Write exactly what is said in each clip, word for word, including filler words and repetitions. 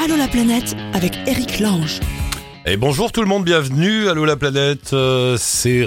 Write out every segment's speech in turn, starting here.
Allô la planète avec Eric Lange. Et bonjour tout le monde, bienvenue, allô la planète, euh, c'est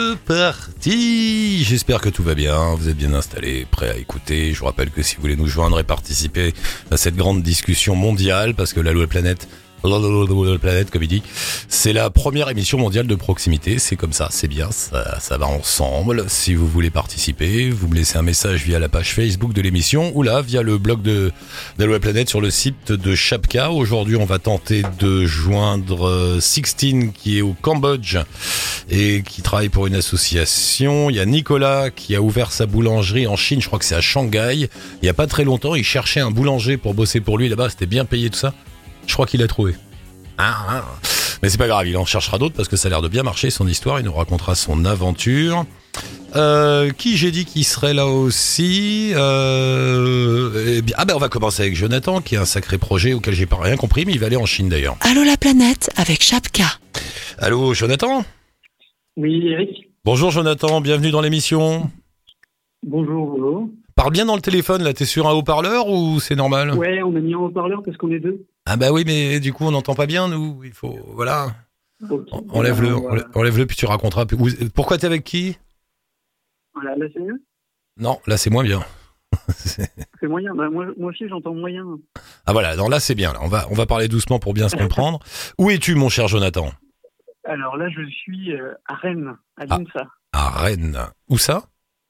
reparti. J'espère que tout va bien, vous êtes bien installés, prêts à écouter. Je vous rappelle que si vous voulez nous joindre et participer à cette grande discussion mondiale, parce que l'allô la planète, la planète comme il dit, c'est la première émission mondiale de proximité, c'est comme ça, c'est bien, ça, ça va ensemble. Si vous voulez participer, vous me laissez un message via la page Facebook de l'émission ou là via le blog de d'Allo la planète sur le site de Chapka. Aujourd'hui on va tenter de joindre Sixtine qui est au Cambodge et qui travaille pour une association. Il y a Nicolas qui a ouvert sa boulangerie en Chine, je crois que c'est à Shanghai. Il y a pas très longtemps, il cherchait un boulanger pour bosser pour lui là-bas, c'était bien payé tout ça. Je crois qu'il a trouvé. Ah, ah. Mais c'est pas grave, il en cherchera d'autres parce que ça a l'air de bien marcher son histoire. Il nous racontera son aventure. Euh, qui j'ai dit qui serait là aussi euh, eh bien, Ah ben on va commencer avec Jonathan qui a un sacré projet auquel j'ai pas rien compris, mais il va aller en Chine d'ailleurs. Allô la planète avec Chapka. Allô Jonathan. Oui Eric. Bonjour Jonathan, bienvenue dans l'émission. Bonjour, bonjour. Parle bien dans le téléphone là, t'es sur un haut-parleur ou c'est normal? Ouais, on a mis en haut-parleur parce qu'on est deux. Ah bah oui, mais du coup on n'entend pas bien nous, il faut, voilà. Okay. Enlève-le, Alors, voilà. enlève-le puis tu raconteras. Pourquoi t'es avec qui? Voilà, là c'est mieux. Non, là c'est moins bien. C'est moyen, bah, moi, moi aussi j'entends moyen. Ah voilà, non, là c'est bien, là. On, va, on va parler doucement pour bien se comprendre. Où es-tu mon cher Jonathan? Alors là je suis euh, à Rennes, à l'INSA. Ah, à Rennes. Où ça?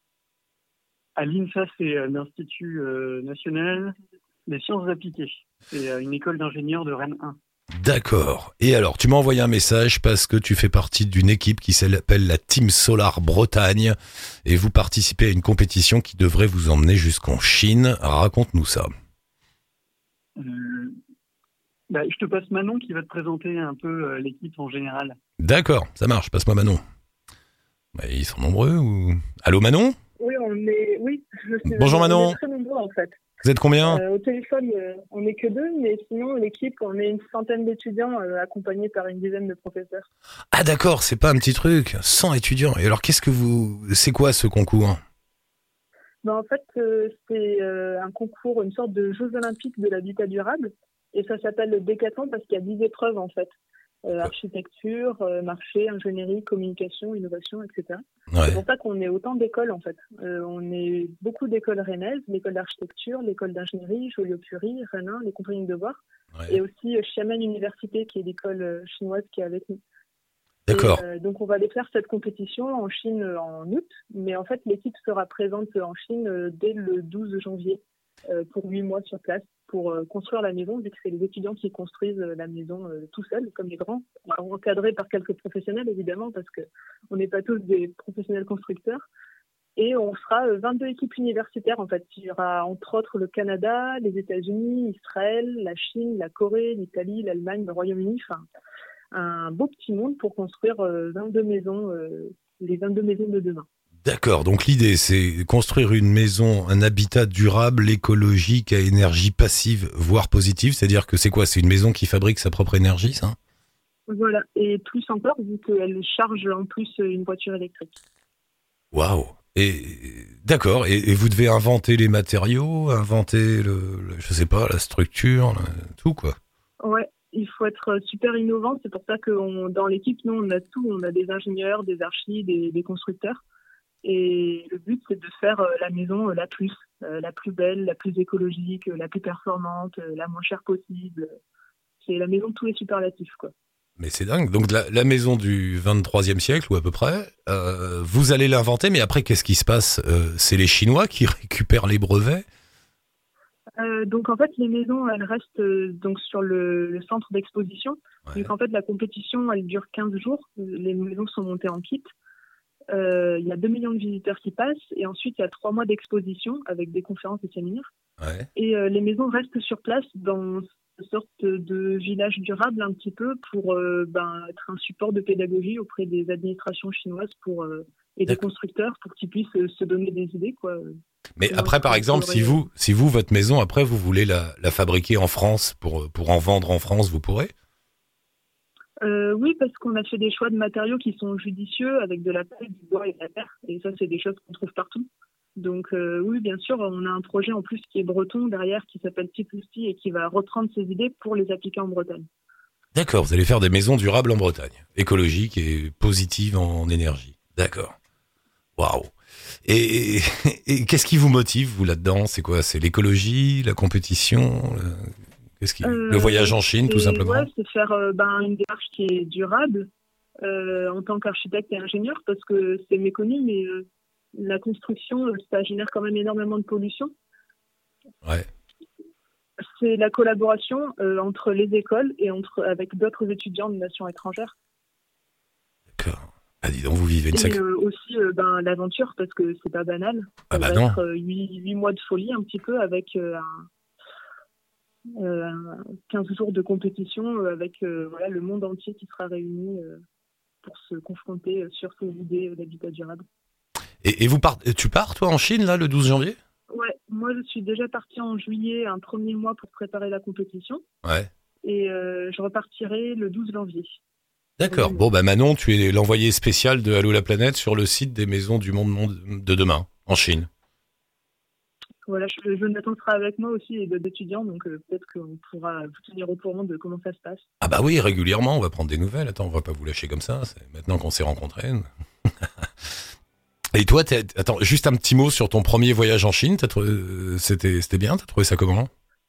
À l'INSA, c'est euh, l'Institut euh, National des Sciences Appliquées. C'est euh, une école d'ingénieurs de Rennes un. D'accord. Et alors, tu m'as envoyé un message parce que tu fais partie d'une équipe qui s'appelle la Team Solar Bretagne et vous participez à une compétition qui devrait vous emmener jusqu'en Chine. Raconte-nous ça. Euh, bah, je te passe Manon qui va te présenter un peu euh, l'équipe en général. D'accord, ça marche. Passe-moi Manon. Bah, ils sont nombreux ou... Allô Manon? Oui, on est. Oui. Bonjour on Manon. est très nombreux en fait. Vous êtes combien? Euh, au téléphone, euh, on n'est que deux, mais sinon l'équipe, on est une centaine d'étudiants euh, accompagnés par une dizaine de professeurs. Ah d'accord, c'est pas un petit truc. cent étudiants. Et alors qu'est-ce que vous... C'est quoi ce concours? Ben, en fait, euh, c'est euh, un concours, une sorte de Jeux Olympiques de l'habitat durable, et ça s'appelle le Décathlon parce qu'il y a dix épreuves en fait. Euh, architecture, euh, marché, ingénierie, communication, innovation, et cetera. Ouais. C'est pour ça qu'on est autant d'écoles en fait. Euh, on est beaucoup d'écoles rennaises, l'école d'architecture, l'école d'ingénierie, Joliot-Curie, Rennes un, les compagnies de devoirs, Ouais. et aussi euh, Xiamen Université qui est l'école euh, chinoise qui est avec nous. D'accord. Et, euh, donc on va aller faire cette compétition en Chine euh, en août, mais en fait l'équipe sera présente en Chine euh, dès le douze janvier euh, pour huit mois sur place pour euh, construire la maison, vu que c'est les étudiants qui construisent euh, la maison euh, tout seuls, comme les grands, encadrés par quelques professionnels évidemment, parce que on n'est pas tous des professionnels constructeurs. Et on sera euh, vingt-deux équipes universitaires en fait. Il y aura entre autres le Canada, les États-Unis, Israël, la Chine, la Corée, l'Italie, l'Allemagne, le Royaume-Uni, enfin un beau petit monde pour construire euh, vingt-deux maisons, euh, les vingt-deux maisons de demain. D'accord, donc l'idée c'est construire une maison, un habitat durable, écologique, à énergie passive, voire positive, c'est-à-dire que c'est quoi? C'est une maison qui fabrique sa propre énergie, ça? Voilà, et plus encore, vu qu'elle charge en plus une voiture électrique. Waouh! Et d'accord, et, et vous devez inventer les matériaux, inventer le, le je sais pas, la structure, le, tout quoi. Ouais, il faut être super innovant, c'est pour ça que on, dans l'équipe, nous on a tout, on a des ingénieurs, des archis, des, des constructeurs. Et le but, c'est de faire euh, la maison euh, la plus, euh, la plus belle, la plus écologique, euh, la plus performante, euh, la moins chère possible. C'est la maison de tous les superlatifs, quoi. Mais c'est dingue. Donc la, la maison du vingt-troisième siècle, ou à peu près, euh, vous allez l'inventer, mais après, qu'est-ce qui se passe? euh, C'est les Chinois qui récupèrent les brevets? Euh, donc en fait, les maisons, elles restent euh, donc sur le, le centre d'exposition. Ouais. Donc en fait, la compétition, elle dure quinze jours. Les maisons sont montées en kit. Euh, il y a deux millions de visiteurs qui passent et ensuite il y a trois mois d'exposition avec des conférences et séminaires. Ouais. Et euh, les maisons restent sur place dans une sorte de village durable un petit peu pour euh, ben, être un support de pédagogie auprès des administrations chinoises pour, euh, et des D'accord. constructeurs pour qu'ils puissent euh, se donner des idées, quoi. Mais Comment après, par exemple, si vous, si vous, votre maison, après, vous voulez la, la fabriquer en France pour, pour en vendre en France, vous pourrez? Euh, oui, parce qu'on a fait des choix de matériaux qui sont judicieux avec de la paille, du bois et de la terre. Et ça, c'est des choses qu'on trouve partout. Donc euh, oui, bien sûr, on a un projet en plus qui est breton derrière, qui s'appelle Tipousti et qui va reprendre ces idées pour les appliquer en Bretagne. D'accord, vous allez faire des maisons durables en Bretagne, écologiques et positives en énergie. D'accord. Waouh. Et, et, et qu'est-ce qui vous motive, vous, là-dedans? C'est quoi? C'est l'écologie, la compétition, le, qu'est-ce qui, Euh, le voyage en Chine, tout simplement? Ouais, c'est faire euh, ben, une démarche qui est durable euh, en tant qu'architecte et ingénieur, parce que c'est méconnu, mais euh, la construction, ça génère quand même énormément de pollution. Ouais. C'est la collaboration euh, entre les écoles et entre, avec d'autres étudiants de nations étrangères. D'accord. Ah, dis donc, vous vivez une Et sacrée... euh, aussi euh, ben, l'aventure, parce que c'est pas banal. Ah Ça bah va non. être huit mois de folie un petit peu avec euh, un, euh, quinze jours de compétition euh, avec euh, voilà, le monde entier qui sera réuni euh, pour se confronter euh, sur ces idées euh, d'habitat durable. Et, et vous part... tu pars, toi, en Chine, là, le douze janvier? Ouais, moi je suis déjà partie en juillet, un premier mois pour préparer la compétition. Ouais. Et euh, je repartirai le douze janvier. D'accord. Bon, bah Manon, tu es l'envoyé spécial de Allô la planète sur le site des maisons du monde de demain, en Chine. Voilà, je, Jonathan sera avec moi aussi et d'autres étudiants, donc euh, peut-être qu'on pourra vous tenir au courant de comment ça se passe. Ah bah oui, régulièrement, on va prendre des nouvelles. Attends, on va pas vous lâcher comme ça. C'est maintenant qu'on s'est rencontrés. Et toi, t'es... attends, juste un petit mot sur ton premier voyage en Chine. T'as trouvé... c'était, c'était bien? T'as trouvé ça comment?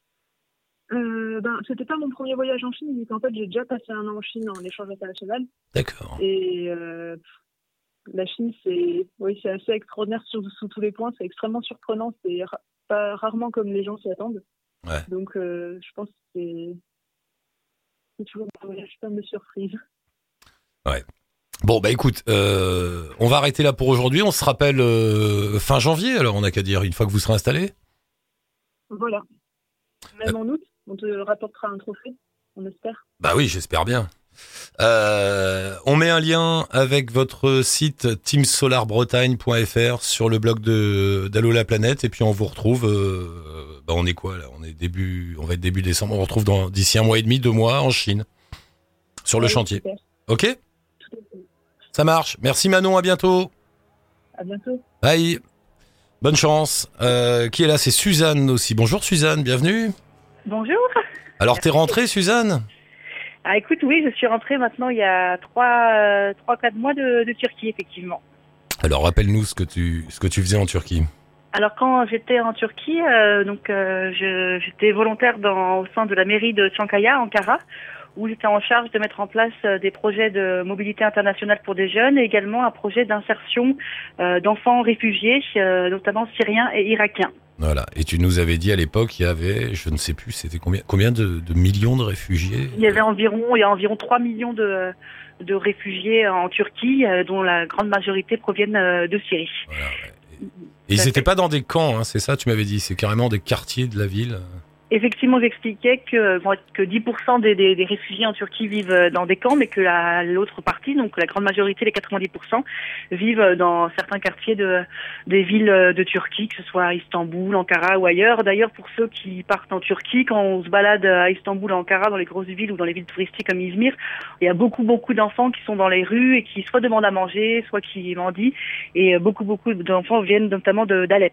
euh, ben, C'était pas mon premier voyage en Chine, vu qu'en fait j'ai déjà passé un an en Chine en échange international. D'accord. Et euh, la Chine, c'est, oui, c'est assez extraordinaire sur, sous tous les points. C'est extrêmement surprenant. C'est ra- pas rarement comme les gens s'y attendent. Ouais. Donc, euh, je pense que c'est, c'est toujours un voyage plein de surprises. Ouais. Bon, bah écoute, euh, on va arrêter là pour aujourd'hui. On se rappelle euh, fin janvier, alors on n'a qu'à dire, une fois que vous serez installés. Voilà. Même en août, on te rapportera un trophée, on espère. Bah oui, j'espère bien. Euh, on met un lien avec votre site team solar bretagne point f r sur le blog de d'Allô la planète, et puis on vous retrouve. Euh, bah on est quoi là? On est début, on va être début décembre. On vous retrouve dans d'ici un mois et demi, deux mois en Chine, sur le Ouais, chantier. super. Ok? Tout à fait. Ça marche. Merci Manon, à bientôt. À bientôt. Bye. Bonne chance. Euh, qui est là? C'est Suzanne aussi. Bonjour Suzanne, bienvenue. Bonjour. Alors t'es rentrée Suzanne? Ah écoute, oui, je suis rentrée maintenant il y a trois, euh, trois, quatre mois de, de Turquie, effectivement. Alors rappelle-nous ce que tu ce que tu faisais en Turquie. Alors quand j'étais en Turquie, euh, donc euh, je, j'étais volontaire dans, au sein de la mairie de Çankaya, Ankara, où j'étais en charge de mettre en place euh, des projets de mobilité internationale pour des jeunes et également un projet d'insertion euh, d'enfants réfugiés, euh, notamment syriens et irakiens. Voilà. Et tu nous avais dit à l'époque qu'il y avait, je ne sais plus, c'était combien, combien de, de millions de réfugiés? Il y avait environ, il y a environ trois millions de, de réfugiés en Turquie, euh, dont la grande majorité proviennent euh, de Syrie. Voilà, ouais. Et ils n'étaient pas dans des camps, hein, c'est ça, tu m'avais dit, c'est carrément des quartiers de la ville. Effectivement, j'expliquais que, bon, que dix pour cent des, des, des réfugiés en Turquie vivent dans des camps, mais que la, l'autre partie, donc la grande majorité, les quatre-vingt-dix pour cent, vivent dans certains quartiers de, des villes de Turquie, que ce soit Istanbul, Ankara ou ailleurs. D'ailleurs, pour ceux qui partent en Turquie, quand on se balade à Istanbul, à Ankara, dans les grosses villes ou dans les villes touristiques comme Izmir, il y a beaucoup, beaucoup d'enfants qui sont dans les rues et qui soit demandent à manger, soit qui mendient. Et beaucoup, beaucoup d'enfants viennent notamment de, d'Alep.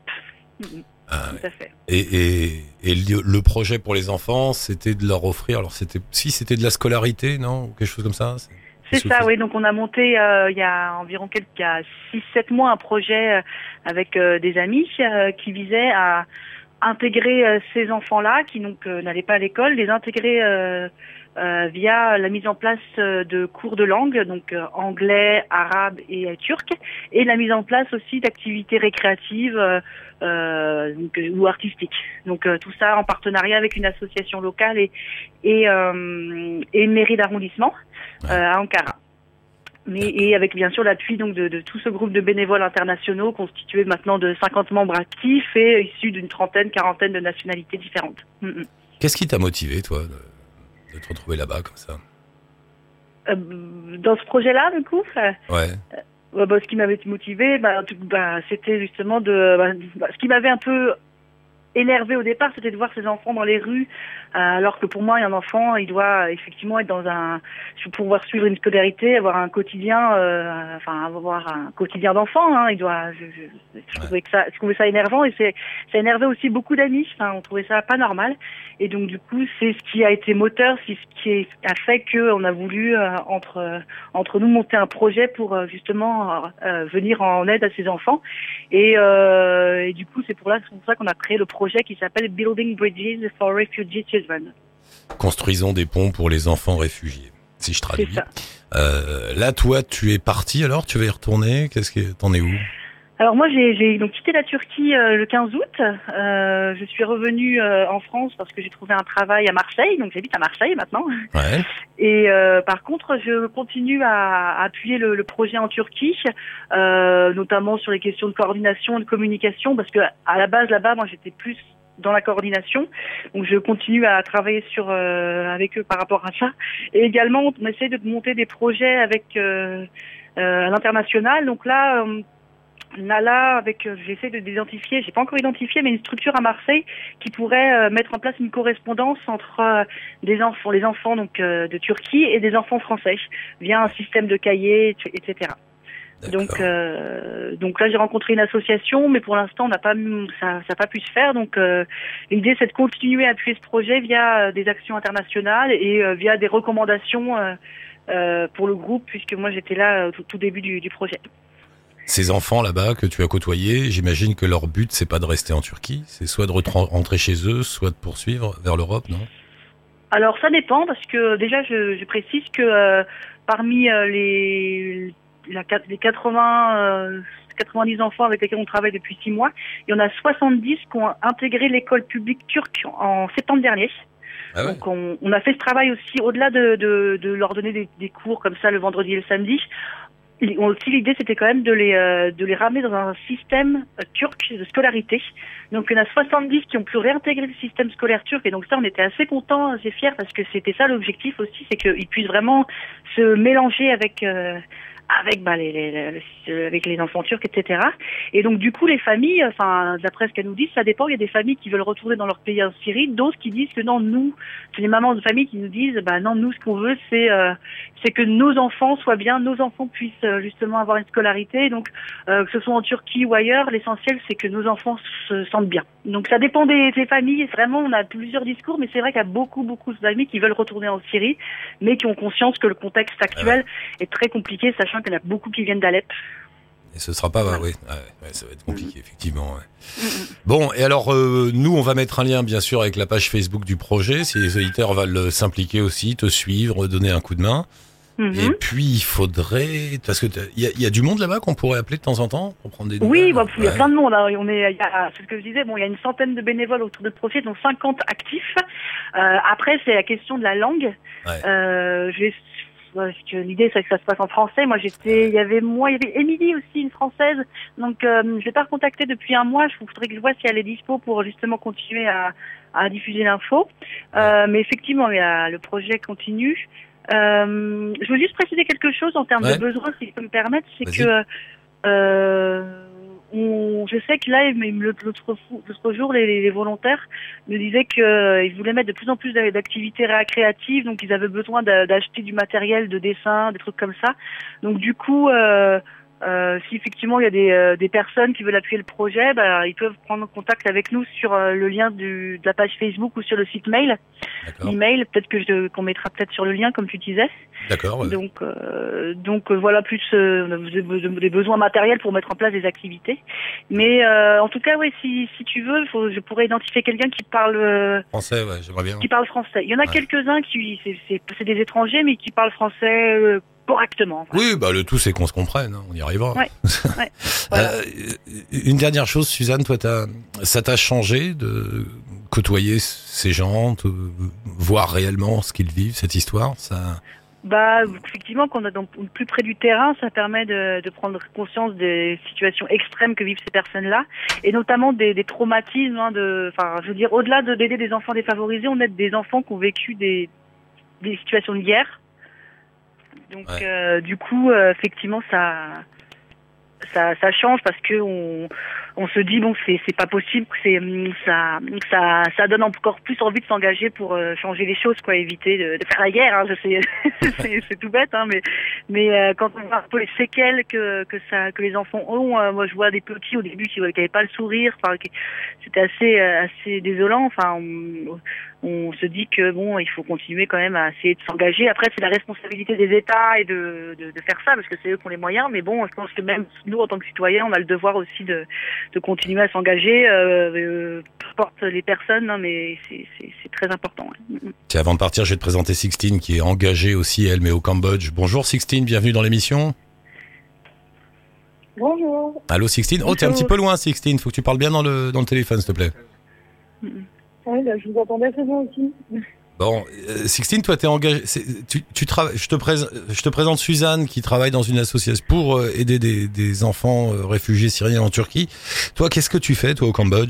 Ah, Tout à fait. Et, et, et le, le projet pour les enfants, c'était de leur offrir, alors c'était, si c'était de la scolarité, non, ou quelque chose comme ça. C'est, c'est ça, oui. Donc on a monté euh, il y a environ quelques, il y a six sept mois un projet euh, avec euh, des amis euh, qui visait à intégrer euh, ces enfants-là qui donc euh, n'allaient pas à l'école, les intégrer euh, euh, via la mise en place euh, de cours de langue, donc euh, anglais, arabe et euh, turc, et la mise en place aussi d'activités récréatives euh, euh, donc, ou artistiques. Donc euh, tout ça en partenariat avec une association locale et et, euh, et une mairie d'arrondissement euh, à Ankara. Mais et avec bien sûr l'appui donc de, de tout ce groupe de bénévoles internationaux constitué maintenant de cinquante membres actifs et issus d'une trentaine, quarantaine de nationalités différentes. Mm-hmm. Qu'est-ce qui t'a motivé, toi, de, de te retrouver là-bas comme ça? euh, Dans ce projet-là, du coup, euh, ouais. Euh, bah, ce qui m'avait motivé, bah, bah, c'était justement de, bah, bah, ce qui m'avait un peu énervé au départ, c'était de voir ces enfants dans les rues, euh, alors que pour moi, un enfant, il doit effectivement être dans un, pour pouvoir suivre une scolarité, avoir un quotidien, euh, enfin avoir un quotidien d'enfant. Hein, il doit, je, je, je trouvais que ça, je trouvais ça énervant et c'est, ça énervait aussi beaucoup d'amis. Enfin, on trouvait ça pas normal. Et donc du coup, c'est ce qui a été moteur, c'est ce qui a fait que on a voulu euh, entre euh, entre nous monter un projet pour euh, justement euh, venir en aide à ces enfants. Et, euh, et du coup, c'est pour, là, c'est pour ça qu'on a créé le projet qui s'appelle Building Bridges for Refugee Children. Construisons des ponts pour les enfants réfugiés, si je traduis. C'est ça. Euh, là, toi, tu es parti alors, tu vas y retourner. Qu'est-ce que t'en es où? Alors moi, j'ai, j'ai donc quitté la Turquie euh, le quinze août. Euh, je suis revenue euh, en France parce que j'ai trouvé un travail à Marseille. Donc j'habite à Marseille maintenant. Ouais. Et euh, par contre, je continue à, à appuyer le, le projet en Turquie, euh, notamment sur les questions de coordination, de communication, parce que à la base là-bas, moi, j'étais plus dans la coordination. Donc je continue à travailler sur euh, avec eux par rapport à ça. Et également, on essaie de monter des projets avec euh, euh, à l'international. Donc là. Euh, Là, là, avec, euh, j'essaie de d'identifier, j'ai pas encore identifié, mais une structure à Marseille qui pourrait euh, mettre en place une correspondance entre euh, des enfants, les enfants donc euh, de Turquie et des enfants français via un système de cahiers, et cetera. D'accord. Donc, euh, donc là, j'ai rencontré une association, mais pour l'instant, on n'a pas, ça, ça n'a pas pu se faire. Donc, euh, l'idée, c'est de continuer à appuyer ce projet via euh, des actions internationales et euh, via des recommandations euh, euh, pour le groupe, puisque moi, j'étais là euh, tout, tout début du, du projet. Ces enfants là-bas que tu as côtoyés, j'imagine que leur but c'est pas de rester en Turquie, c'est soit de rentrer chez eux, soit de poursuivre vers l'Europe, non? Alors ça dépend parce que déjà je, je précise que euh, parmi euh, les, la, les quatre-vingts, euh, quatre-vingt-dix enfants avec lesquels on travaille depuis six mois, il y en a soixante-dix qui ont intégré l'école publique turque en septembre dernier. Ah ouais. Donc on, on a fait ce travail aussi au-delà de, de, de leur donner des, des cours comme ça le vendredi et le samedi. Aussi, l'idée, c'était quand même de les euh, de les ramener dans un système euh, turc de scolarité. Donc, il y en a soixante-dix qui ont pu réintégrer le système scolaire turc. Et donc ça, on était assez contents, assez fiers, parce que c'était ça l'objectif aussi, c'est qu'ils puissent vraiment se mélanger avec euh, avec bah, les, les, les, avec les enfants turcs, et cetera. Et donc, du coup, les familles, enfin, d'après ce qu'elles nous disent, ça dépend. Il y a des familles qui veulent retourner dans leur pays en Syrie, d'autres qui disent que non, nous, c'est les mamans de famille qui nous disent, bah non, nous, ce qu'on veut, c'est euh, c'est que nos enfants soient bien, nos enfants puissent euh, justement avoir une scolarité. Donc, euh, que ce soit en Turquie ou ailleurs, l'essentiel, c'est que nos enfants se sentent bien. Donc, ça dépend des, des familles. Vraiment, on a plusieurs discours, mais c'est vrai qu'il y a beaucoup, beaucoup de familles qui veulent retourner en Syrie, mais qui ont conscience que le contexte actuel est très compliqué, sachant qu'il y en a beaucoup qui viennent d'Alep. Et ce sera pas, bah, oui, ouais, ouais, ça va être compliqué, effectivement. Ouais. Bon, et alors, euh, nous, on va mettre un lien, bien sûr, avec la page Facebook du projet, si les auditeurs veulent s'impliquer aussi, te suivre, donner un coup de main. Mm-hmm. Et puis, il faudrait, parce que il y, y a du monde là-bas qu'on pourrait appeler de temps en temps pour prendre des nouvelles. Oui, bah, il y a plein de monde. Hein. On est, y a, c'est ce que je disais. Bon, il y a une centaine de bénévoles autour de projet, dont cinquante actifs. Euh, après, c'est la question de la langue. Ouais. Euh, je vais Parce que l'idée, c'est que ça se passe en français. Moi, j'étais, il y avait moi, il y avait Émilie aussi, une française. Donc, euh, je l'ai pas recontactée depuis un mois. Je voudrais que je vois si elle est dispo pour justement continuer à, à diffuser l'info. Euh, mais effectivement, il y a, le projet continue. Euh, je veux juste préciser quelque chose en termes ouais. de besoins, si je peux me permettre, c'est Vas-y. que euh, on, je sais que là, l'autre, l'autre jour, les, les volontaires me disaient qu'ils euh, voulaient mettre de plus en plus d'activités récréatives, donc ils avaient besoin d'acheter du matériel de dessin, des trucs comme ça. Donc du coup, euh, euh, si effectivement il y a des, euh, des personnes qui veulent appuyer le projet, bah, ils peuvent prendre contact avec nous sur euh, le lien du, de la page Facebook ou sur le site mail. Email, peut-être que je, qu'on mettra peut-être sur le lien, comme tu disais. D'accord. Ouais. Donc, euh, donc euh, voilà, plus euh, des besoins matériels pour mettre en place des activités. Mais euh, en tout cas, oui, si si tu veux, faut, je pourrais identifier quelqu'un qui parle euh, français. Ouais, j'aimerais bien. Qui parle français. Il y en a ouais. quelques-uns qui c'est, c'est c'est des étrangers, mais qui parlent français. Euh, correctement. Enfin. Oui, bah le tout c'est qu'on se comprenne, hein, on y arrivera. Ouais, ouais, voilà. euh, une dernière chose, Suzanne, toi, t'as, ça t'a changé de côtoyer ces gens, de voir réellement ce qu'ils vivent, cette histoire, ça. Bah effectivement, quand on est donc plus près du terrain, ça permet de, de prendre conscience des situations extrêmes que vivent ces personnes-là, et notamment des, des traumatismes. Hein, de, enfin, je veux dire, au-delà de d'aider des enfants défavorisés, on aide des enfants qui ont vécu des des situations de guerre. Donc ouais. euh, du coup, euh, effectivement, ça, ça, ça change parce que on, on se dit bon, c'est c'est pas possible, que c'est ça ça ça donne encore plus envie de s'engager pour euh, changer les choses, quoi, éviter de, de faire la guerre. Hein, je sais, c'est, c'est tout bête, hein, mais mais euh, quand on voit un peu les séquelles que que ça que les enfants ont, euh, moi je vois des petits au début qui n'avaient pas le sourire, enfin, qui, c'était assez euh, assez désolant. Enfin, on, on se dit que bon, il faut continuer quand même à essayer de s'engager. Après, c'est la responsabilité des États et de, de, de faire ça, parce que c'est eux qui ont les moyens. Mais bon, je pense que même nous, en tant que citoyens, on a le devoir aussi de, de continuer à s'engager, euh, euh, peu importe les personnes, hein, mais c'est, c'est, c'est très important. Ouais. Tiens, avant de partir, je vais te présenter Sixtine, qui est engagée aussi, elle, mais au Cambodge. Bonjour Sixtine, bienvenue dans l'émission. Bonjour. Allô Sixtine. Oh, t'es un petit peu loin Sixtine, faut que tu parles bien dans le, dans le téléphone, s'il te plaît. Oui, bah, je vous entendais très bien aussi. Bon, euh, Sixtine, toi, t'es engagé. C'est, tu, tu travailles. Je te présente, je te présente Suzanne, qui travaille dans une association pour euh, aider des, des enfants euh, réfugiés syriens en Turquie. Toi, qu'est-ce que tu fais, toi, au Cambodge?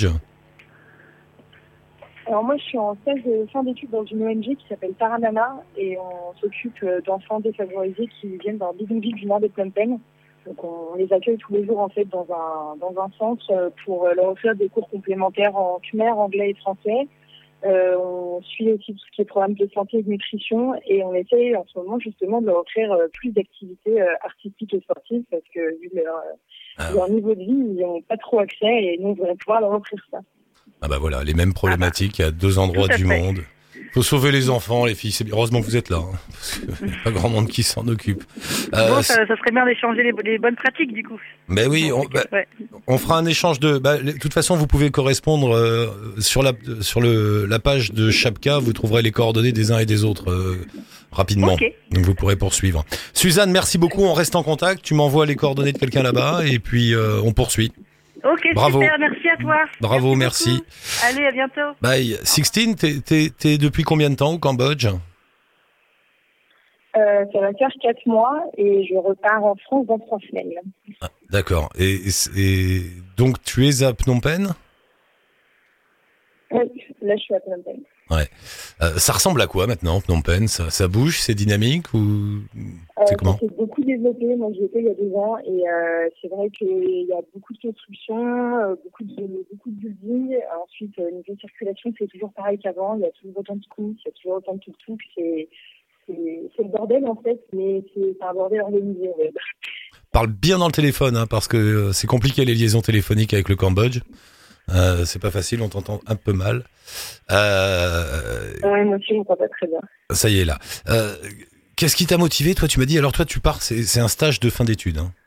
Alors moi, je suis en stage de fin d'études dans une O N G qui s'appelle Taranana et on s'occupe d'enfants défavorisés qui viennent d'un bidonville du nord de Phnom Penh. Donc on les accueille tous les jours en fait dans un dans un centre pour leur offrir des cours complémentaires en khmer, anglais et français. Euh, on suit aussi tout ce qui est programme de santé et de nutrition et on essaye en ce moment justement de leur offrir euh, plus d'activités euh, artistiques et sportives parce que vu leur, ah, leur niveau de vie, ils n'ont pas trop accès et nous on voudrait pouvoir leur offrir ça. Ah bah voilà, les mêmes problématiques à deux endroits du monde. Faut sauver les enfants, les filles. C'est heureusement que vous êtes là, hein, parce qu'il n'y a pas grand monde qui s'en occupe. Euh, bon, ça, ça serait bien d'échanger les, les bonnes pratiques, du coup. Mais oui, on, bah, ouais. on fera un échange de. Bah, de toute façon, vous pouvez correspondre euh, sur la sur le la page de Chapka. Vous trouverez les coordonnées des uns et des autres euh, rapidement. Okay. Donc vous pourrez poursuivre. Suzanne, merci beaucoup. On reste en contact. Tu m'envoies les coordonnées de quelqu'un là-bas et puis euh, on poursuit. Ok, bravo. Super, merci à toi. Bravo, merci. merci. Allez, à bientôt. Bye. Sixtine, t'es, t'es, t'es depuis combien de temps au Cambodge? euh, Ça va faire quatre mois et je repars en France dans trois semaines. Ah, d'accord. Et, et donc, tu es à Phnom Penh? Oui, là, je suis à Phnom Penh. Ouais. Euh, ça ressemble à quoi maintenant, Phnom Penh? Ça, ça bouge, c'est dynamique ou c'est euh, comment? C'est beaucoup développé. Moi, j'y étais il y a deux ans et euh, c'est vrai qu'il y a beaucoup de construction, euh, beaucoup de beaucoup de buildings. Ensuite, euh, niveau circulation, c'est toujours pareil qu'avant. Il y a toujours autant de coups, il y a toujours autant de tuk-tuk. C'est, c'est c'est le bordel en fait, mais c'est, c'est un bordel organisé. Ouais. Parle bien dans le téléphone, hein, parce que c'est compliqué les liaisons téléphoniques avec le Cambodge. Euh, c'est pas facile, on t'entend un peu mal. Euh... Ouais, moi aussi, je m'entends pas très bien. Ça y est, là. Euh, qu'est-ce qui t'a motivé? Toi, tu m'as dit, alors toi, tu pars, c'est, c'est un stage de fin d'études. Hein.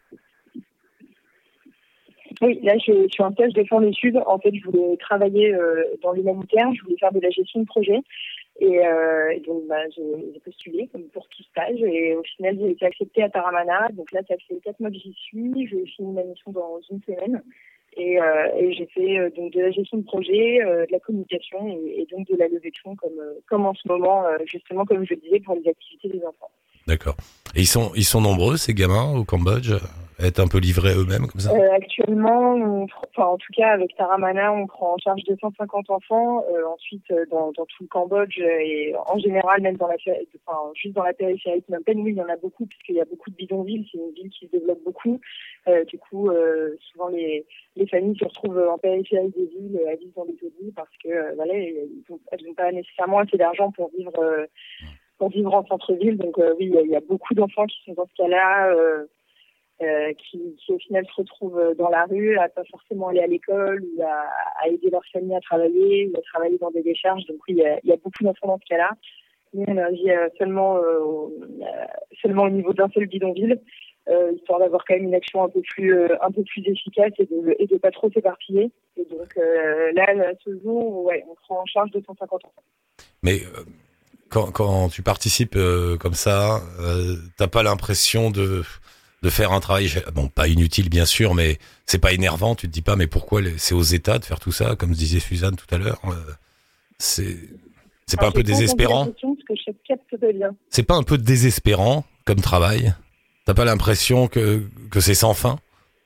Oui, là, je, je suis en stage de fin d'études. En fait, je voulais travailler euh, dans l'humanitaire, je voulais faire de la gestion de projet. Et, euh, et donc, bah, j'ai, j'ai postulé comme pour tout stage. Et au final, j'ai été acceptée à Taramana. Donc là, ça fait quatre mois que j'y suis. Je finis ma mission dans une semaine. Et, euh, et j'ai fait euh, donc de la gestion de projet, euh, de la communication et, et donc de la levée de fonds comme, euh, comme en ce moment, euh, justement, comme je le disais, pour les activités des enfants. D'accord. Et ils sont, ils sont nombreux, ces gamins, au Cambodge, à être un peu livrés eux-mêmes, comme ça? euh, Actuellement, on, enfin, en tout cas, avec Taramana, on prend en charge deux cent cinquante enfants. Euh, ensuite, dans, dans tout le Cambodge et en général, même dans la, enfin, juste dans la périphérie de Phnom Penh, oui, il y en a beaucoup, puisqu'il y a beaucoup de bidonvilles. C'est une ville qui se développe beaucoup. Euh, du coup, euh, souvent, les, les familles se retrouvent en périphérie des villes, à vivre dans des taudis, parce que, euh, voilà, elles n'ont pas nécessairement assez d'argent pour vivre... Euh, pour vivre en centre-ville. Donc euh, oui, il y, y a beaucoup d'enfants qui sont dans ce cas-là, euh, euh, qui, qui au final se retrouvent dans la rue, à pas forcément aller à l'école, ou à, à aider leur famille à travailler, ou à travailler dans des décharges. Donc oui, il y a, y a beaucoup d'enfants dans ce cas-là. Nous, on agit euh, seulement, euh, seulement au niveau d'un seul bidonville, euh, histoire d'avoir quand même une action un peu plus, euh, un peu plus efficace et de, et de pas trop s'éparpiller. Et donc euh, là, à ce jour, ouais, on prend en charge deux cent cinquante enfants. Mais euh... Quand, quand tu participes euh, comme ça, euh, t'as pas l'impression de de faire un travail, bon, pas inutile bien sûr, mais c'est pas énervant. Tu te dis pas, mais pourquoi les, c'est aux États de faire tout ça, comme disait Suzanne tout à l'heure. Euh, c'est c'est pas Alors, un peu désespérant. Question, parce que je capte pas bien. C'est pas un peu désespérant comme travail. T'as pas l'impression que que c'est sans fin?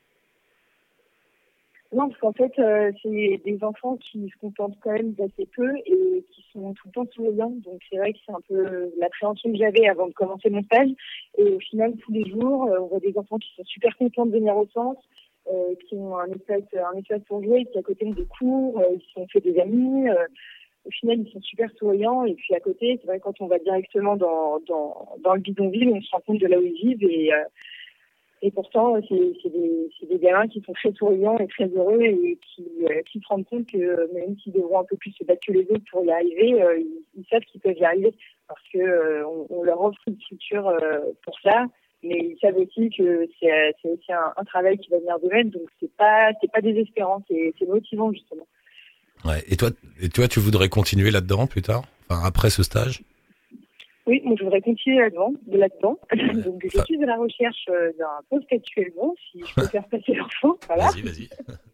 Non, parce qu'en fait, euh, c'est des enfants qui se contentent quand même d'assez peu et qui sont tout le temps souriants. Donc c'est vrai que c'est un peu l'appréhension que j'avais avant de commencer mon stage. Et au final, tous les jours, euh, on voit des enfants qui sont super contents de venir au centre, euh, qui ont un espace, un espace pour jouer, qui à côté ont des cours, euh, ils se sont fait des amis. Euh, au final, ils sont super souriants. Et puis à côté, c'est vrai, quand on va directement dans, dans, dans le bidonville, on se rend compte de là où ils vivent. Et, euh, et pourtant, c'est, c'est, des, c'est des gamins qui sont très souriants et très heureux et qui, euh, qui se rendent compte que euh, même s'ils devront un peu plus se battre que les autres pour y arriver, euh, ils, ils savent qu'ils peuvent y arriver parce que euh, on, on leur offre une structure euh, pour ça. Mais ils savent aussi que c'est, c'est aussi un, un travail qui va venir d'eux-mêmes, donc c'est pas, c'est pas désespérant, c'est, c'est motivant justement. Ouais. Et toi, et toi, tu voudrais continuer là-dedans plus tard, enfin après ce stage? Oui, moi je voudrais continuer là-dedans, là-dedans. Ouais. Donc je Enfin... suis à la recherche d'un poste actuellement, si je peux faire passer l'info. Voilà. Vas-y, vas-y.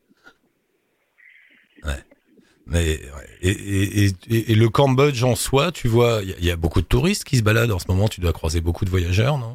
Ouais. Mais ouais. et, et, et, et le Cambodge en soi, tu vois, il y, y a beaucoup de touristes qui se baladent en ce moment. Tu dois croiser beaucoup de voyageurs, non?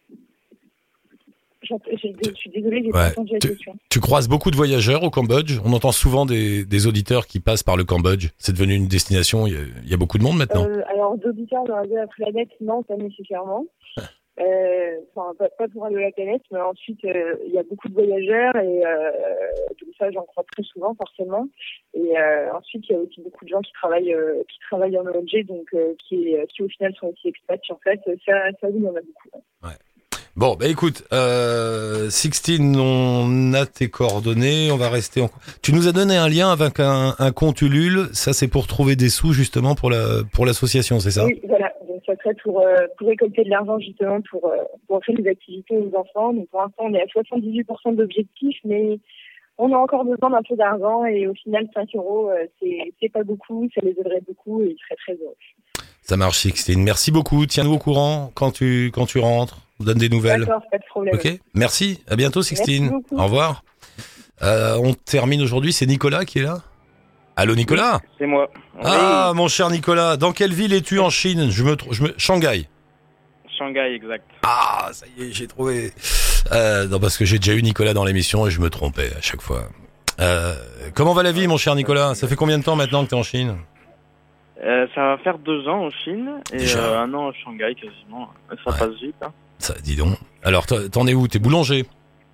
J'ai, je suis désolée, j'ai ouais. pas entendu la tu, question. Tu croises beaucoup de voyageurs au Cambodge? On entend souvent des, des auditeurs qui passent par le Cambodge. C'est devenu une destination, il y, y a beaucoup de monde maintenant. Euh, alors, d'auditeurs de Radio La Planète, non, pas nécessairement. Euh, enfin, pas, pas pour Radio La Planète, mais ensuite, il euh, y a beaucoup de voyageurs et euh, tout ça, j'en crois très souvent, forcément. Et euh, ensuite, il y a aussi beaucoup de gens qui travaillent, euh, qui travaillent en O N G, donc euh, qui, qui au final sont aussi expats. En fait, ça, ça oui, il y en a beaucoup. Ouais. Bon, bah écoute, euh, Sixtine, on a tes coordonnées, on va rester en... Tu nous as donné un lien avec un, un compte Ulule, ça c'est pour trouver des sous justement pour la pour l'association, c'est ça? Oui, voilà, donc ça serait pour, euh, pour récolter de l'argent justement pour, euh, pour faire des activités aux enfants. Donc pour l'instant on est à soixante-dix-huit pour cent d'objectifs, mais on a encore besoin d'un peu d'argent et au final cinq euros, euh, c'est, c'est pas beaucoup, ça les aiderait beaucoup et ils seraient très heureux. Ça marche, Sixtine. Merci beaucoup. Tiens-nous au courant quand tu quand tu rentres. On donne des nouvelles. D'accord, pas de problème. Ok. Merci. À bientôt, Sixtine. Merci beaucoup. Au revoir. Euh, on termine aujourd'hui. C'est Nicolas qui est là. Allô, Nicolas. Oui, c'est moi. Ah, oui. Mon cher Nicolas. Dans quelle ville es-tu en Chine? Je me, je me, Shanghai. Shanghai, exact. Ah, ça y est, j'ai trouvé. Euh, non, parce que j'ai déjà eu Nicolas dans l'émission et je me trompais à chaque fois. Euh, comment va la vie, mon cher Nicolas? Ça fait combien de temps maintenant que t'es en Chine? Euh, ça va faire deux ans en Chine et euh, un an à Shanghai quasiment. Ça ouais. passe vite. Hein. Ça, dis donc. Alors, t'en es où? T'es boulanger?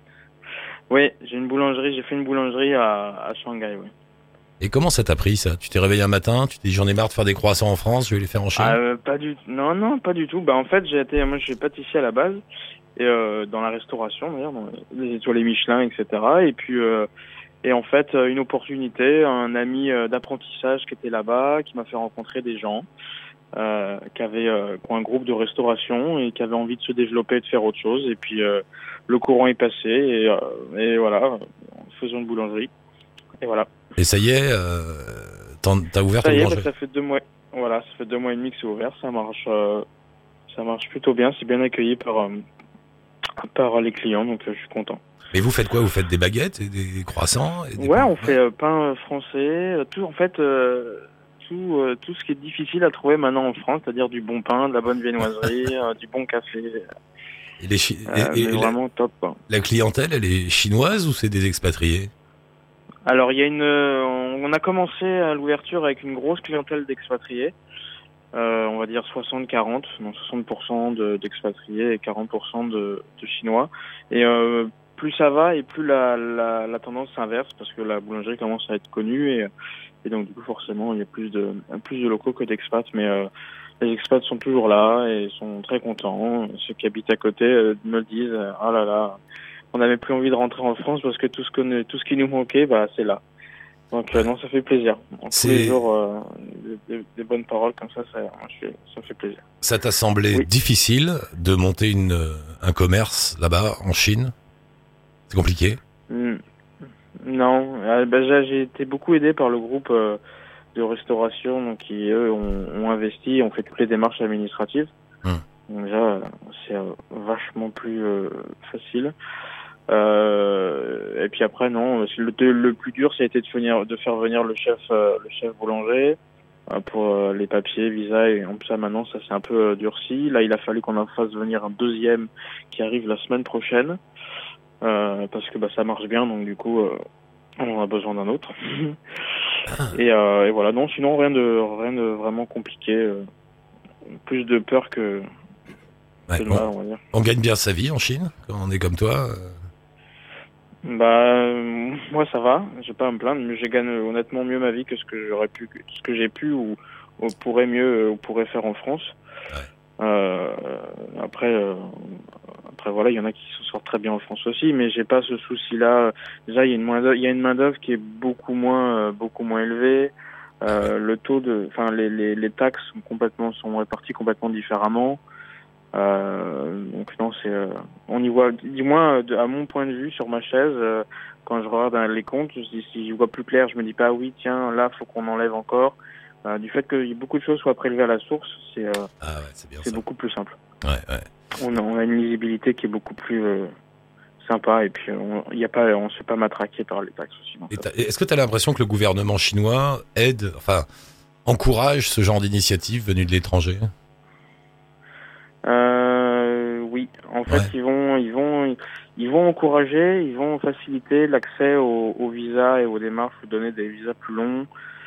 Oui, j'ai une boulangerie. J'ai fait une boulangerie à, à Shanghai, oui. Et comment ça t'a pris, ça? Tu t'es réveillé un matin, tu t'es dit j'en ai marre de faire des croissants en France, je vais les faire en Chine? Ah, euh, pas du non, non, pas du tout. Bah, en fait, j'ai été, moi, je suis pâtissier à la base, et euh, dans la restauration, d'ailleurs, dans les étoiles Michelin, et cetera. Et puis, euh, et en fait, une opportunité, un ami d'apprentissage qui était là-bas, qui m'a fait rencontrer des gens, euh, qui avaient euh, qui ont un groupe de restauration et qui avaient envie de se développer et de faire autre chose. Et puis, euh, le courant est passé, et, euh, et voilà, faisons une boulangerie. Et voilà. Et ça y est, euh, t'as ouvert ta boulangerie? Ça y est, bah, ça fait deux mois. Voilà, ça fait deux mois et demi que c'est ouvert. Ça marche, euh, ça marche plutôt bien. C'est bien accueilli par euh, par les clients, donc euh, je suis content. Et vous faites quoi? Vous faites des baguettes et des croissants et des Ouais, pains? on fait euh, pain français, euh, tout en fait, euh, tout euh, tout ce qui est difficile à trouver maintenant en France, c'est-à-dire du bon pain, de la bonne viennoiserie, euh, du bon café. Et les chi- euh, et, et vraiment la, top, quoi. La clientèle, elle est chinoise ou c'est des expatriés? Alors, il y a une, euh, on a commencé à l'ouverture avec une grosse clientèle d'expatriés, euh, on va dire soixante quarante, non soixante pour cent de, d'expatriés et quarante pour cent de, de Chinois. Et euh, plus ça va et plus la, la, la tendance s'inverse parce que la boulangerie commence à être connue et, et donc du coup forcément il y a plus de plus de locaux que d'expats, mais euh, les expats sont toujours là et sont très contents. Ceux qui habitent à côté euh, me le disent, ah oh là là. On n'avait plus envie de rentrer en France parce que tout ce que tout ce qui nous manquait, bah c'est là. Donc euh, non, ça fait plaisir. Donc, tous les jours, euh, des, des, des bonnes paroles comme ça, ça, ça fait plaisir. Ça t'a semblé oui. difficile de monter une un commerce là-bas en Chine? C'est compliqué? mmh. Non, euh, bah, j'ai été beaucoup aidé par le groupe euh, de restauration, donc qui eux ont, ont investi, ont fait toutes les démarches administratives. Mmh. Donc déjà, c'est euh, vachement plus euh, facile. Euh, et puis après, non, le, le plus dur, ça a été de, venir, de faire venir le chef, euh, le chef boulanger euh, pour euh, les papiers, visa, et en plus ça maintenant, ça s'est un peu euh, durci. Là, il a fallu qu'on en fasse venir un deuxième qui arrive la semaine prochaine euh, parce que bah, ça marche bien, donc du coup, euh, on en a besoin d'un autre. et, euh, et voilà, non, sinon rien de rien de vraiment compliqué. Euh, plus de peur que Ouais, on, on, on gagne bien sa vie en Chine quand on est comme toi. Bah, euh, moi ça va, j'ai pas à me plaindre, mais je gagne honnêtement mieux ma vie que ce que j'aurais pu, que ce que j'ai pu ou, ou pourrait mieux ou pourrait faire en France. Ouais. Euh, après, euh, après voilà, il y en a qui s'en sortent très bien en France aussi, mais j'ai pas ce souci-là. Déjà, il y a une main d'œuvre, il y a une main d'œuvre qui est beaucoup moins, euh, beaucoup moins élevée. Euh, le taux de, enfin les, les les taxes sont complètement sont réparties complètement différemment. Euh, donc non, c'est, euh, on y voit, du moins de, à mon point de vue sur ma chaise, euh, quand je regarde euh, les comptes, je, si je vois plus clair, je me dis pas oui tiens là faut qu'on enlève encore. Euh, du fait que beaucoup de choses soient prélevées à la source, c'est euh, Ah ouais, c'est bien c'est ça. beaucoup plus simple. Ouais, ouais. On a, on a une lisibilité qui est beaucoup plus euh, sympa et puis il y a pas, on se fait pas matraquer par les taxes aussi. Donc, Et t'as- est-ce que tu as l'impression que le gouvernement chinois aide, enfin, encourage ce genre d'initiative venue de l'étranger? Euh, oui, en fait, Ouais. ils vont, ils vont, ils vont encourager, ils vont faciliter l'accès aux, aux visas et aux démarches, ou donner des visas plus longs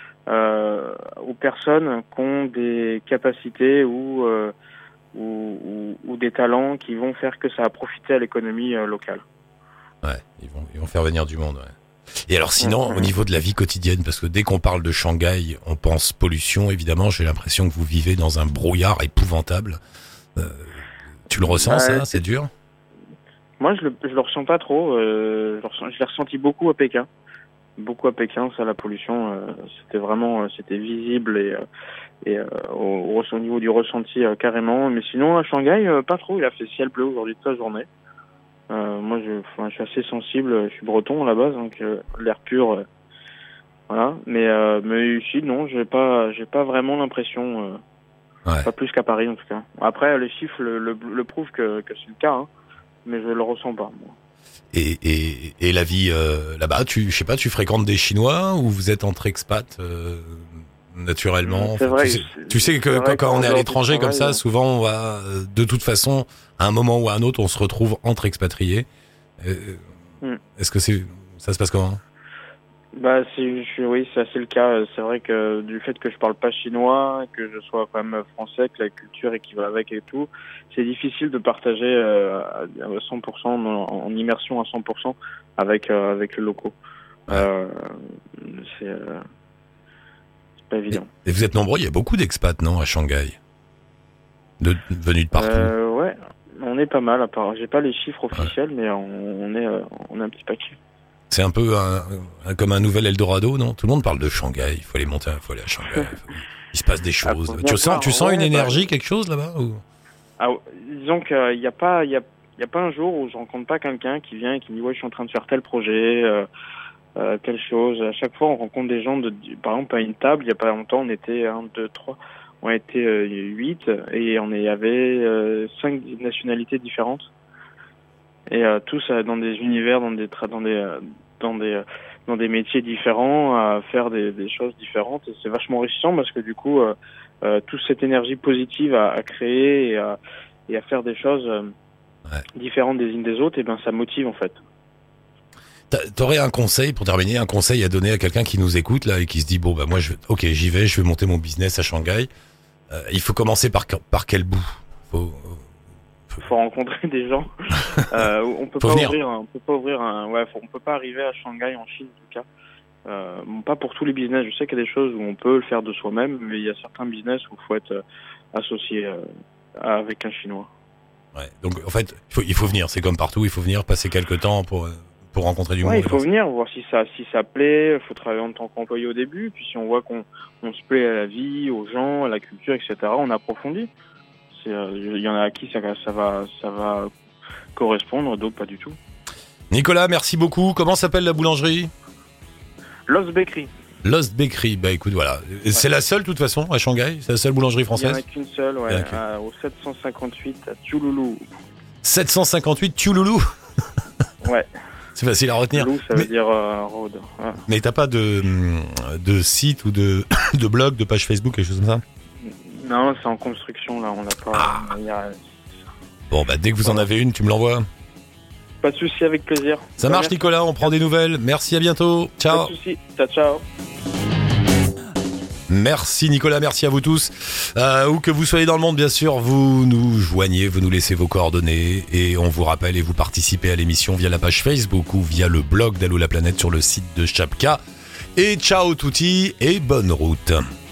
euh, aux personnes qui ont des capacités ou, euh, ou, ou, ou des talents qui vont faire que ça va profiter à l'économie euh, locale. Ouais, ils vont, ils vont faire venir du monde, ouais. Et alors sinon, Ouais. au niveau de la vie quotidienne, parce que dès qu'on parle de Shanghai, on pense pollution, évidemment, j'ai l'impression que vous vivez dans un brouillard épouvantable. Euh, tu le ressens, Ouais, ça? c'est- C'est dur? Moi, je le, je le ressens pas trop. Euh, je le ressens- je l'ai ressenti beaucoup à Pékin. Beaucoup à Pékin, ça, la pollution, euh, c'était vraiment, euh, c'était visible et, euh, et euh, au, au, au niveau du ressenti euh, carrément. Mais sinon, à Shanghai, euh, pas trop. Il a fait ciel bleu aujourd'hui toute la journée. Euh, moi, je, enfin, je suis assez sensible. Je suis breton à la base, donc euh, l'air pur, euh, voilà. Mais, euh, mais ici, non, j'ai pas, j'ai pas vraiment l'impression. Euh, Ouais. Pas plus qu'à Paris en tout cas. Après, les chiffres le, le, le prouvent que, que c'est le cas, hein, mais je le ressens pas. Moi. Et, et, et la vie euh, là-bas, tu, je sais pas, tu fréquentes des Chinois ou vous êtes entre expats euh, naturellement? C'est Enfin, vrai. Tu sais, c'est- tu sais que c'est quand, vrai quand on est à dehors du l'étranger comme travail, ça, euh, souvent on va, euh, de toute façon, à un moment ou à un autre, on se retrouve entre expatriés. Euh, Hmm. Est-ce que c'est, ça se passe comment? Bah, c'est, je, suis- oui, c'est assez le cas. C'est vrai que du fait que je parle pas chinois, que je sois quand même français, que la culture et qui va avec et tout, c'est difficile de partager euh, à cent pour cent en, en immersion à cent pour cent avec euh, avec le locaux. Euh, c'est, euh, c'est pas évident. Et vous êtes nombreux, il y a beaucoup d'expats, non, à Shanghai? De, venus de partout. Euh, ouais, on est pas mal. À part, j'ai pas les chiffres officiels, mais on, on est euh, on est un petit paquet. C'est un peu un, un- comme un nouvel Eldorado, non? Tout le monde parle de Shanghai. Il faut aller monter, il faut aller à Shanghai. Il se passe des Ah, choses. faut tu bien sens, voir, tu sens ouais, une bah, énergie, quelque chose là-bas ou... Ah, disons qu'il n'y a pas, il y a, y a pas un jour où je rencontre pas quelqu'un qui vient et qui me dit ouais, je suis en train de faire tel projet, euh, euh, telle chose. À chaque fois, on rencontre des gens de, par exemple, à une table. Il y a pas longtemps, on était un, deux, trois, on était euh, huit et on y avait euh, cinq nationalités différentes et euh, tous euh, dans des univers, dans des, tra- dans des, euh, dans des, euh, dans des métiers différents, à faire des, des choses différentes. Et c'est vachement enrichissant parce que du coup. Euh, Euh, toute cette énergie positive à, à créer et à, et à faire des choses euh, Ouais. différentes des unes des autres, et ben ça motive en fait. T'a- T'aurais un conseil, pour terminer, un conseil à donner à quelqu'un qui nous écoute là et qui se dit bon bah moi je, ok j'y vais, je vais monter mon business à Shanghai. Euh, il faut commencer par par quel bout? Faut, Faut rencontrer des gens. euh, on peut Faut pas venir. ouvrir, un- on peut pas ouvrir un, ouais, faut, on peut pas arriver à Shanghai en Chine en tout cas. Euh, bon, pas pour tous les business. Je sais qu'il y a des choses où on peut le faire de soi-même, mais il y a certains business où il faut être euh, associé euh, avec un Chinois. ouais. Donc en fait il faut, il faut venir. C'est comme partout, il faut venir passer quelques temps pour euh, pour rencontrer du Ouais, monde. il faut venir voir si ça si ça plaît. Il faut travailler en tant qu'employé au début, puis si on voit qu'on on se plaît à la vie, aux gens, à la culture, et cetera. On approfondit. C'est, euh, il y en a à qui ça, ça va ça va correspondre, d'autres pas du tout. Nicolas, merci beaucoup. Comment s'appelle la boulangerie? Lost Bakery. Lost Bakery. Bah écoute voilà, c'est la seule de toute façon à Shanghai. C'est la seule boulangerie Il y en française. a qu'une seule, ouais, D'accord. à- au sept cent cinquante-huit à Tchouloulou. sept cent cinquante-huit Tchouloulou. Ouais. C'est facile à retenir. Lou, ça veut Mais- dire euh, road. Ouais. Mais t'as pas de, de site ou de, de blog, de page Facebook, quelque chose comme ça? Non, c'est en construction là, on n'a pas. Ah. il y a- Bon, bah dès que vous en avez une, tu me l'envoies. Pas de souci, avec plaisir. Ça Bah, marche, merci. Nicolas, on prend des nouvelles. Merci, à bientôt. Pas Ciao. de souci. Ciao, ciao. Merci Nicolas, merci à vous tous. Euh, où que vous soyez dans le monde, bien sûr, vous nous joignez, vous nous laissez vos coordonnées et on vous rappelle et vous participez à l'émission via la page Facebook ou via le blog d'Allô la planète sur le site de Chapka. Et ciao touti et bonne route.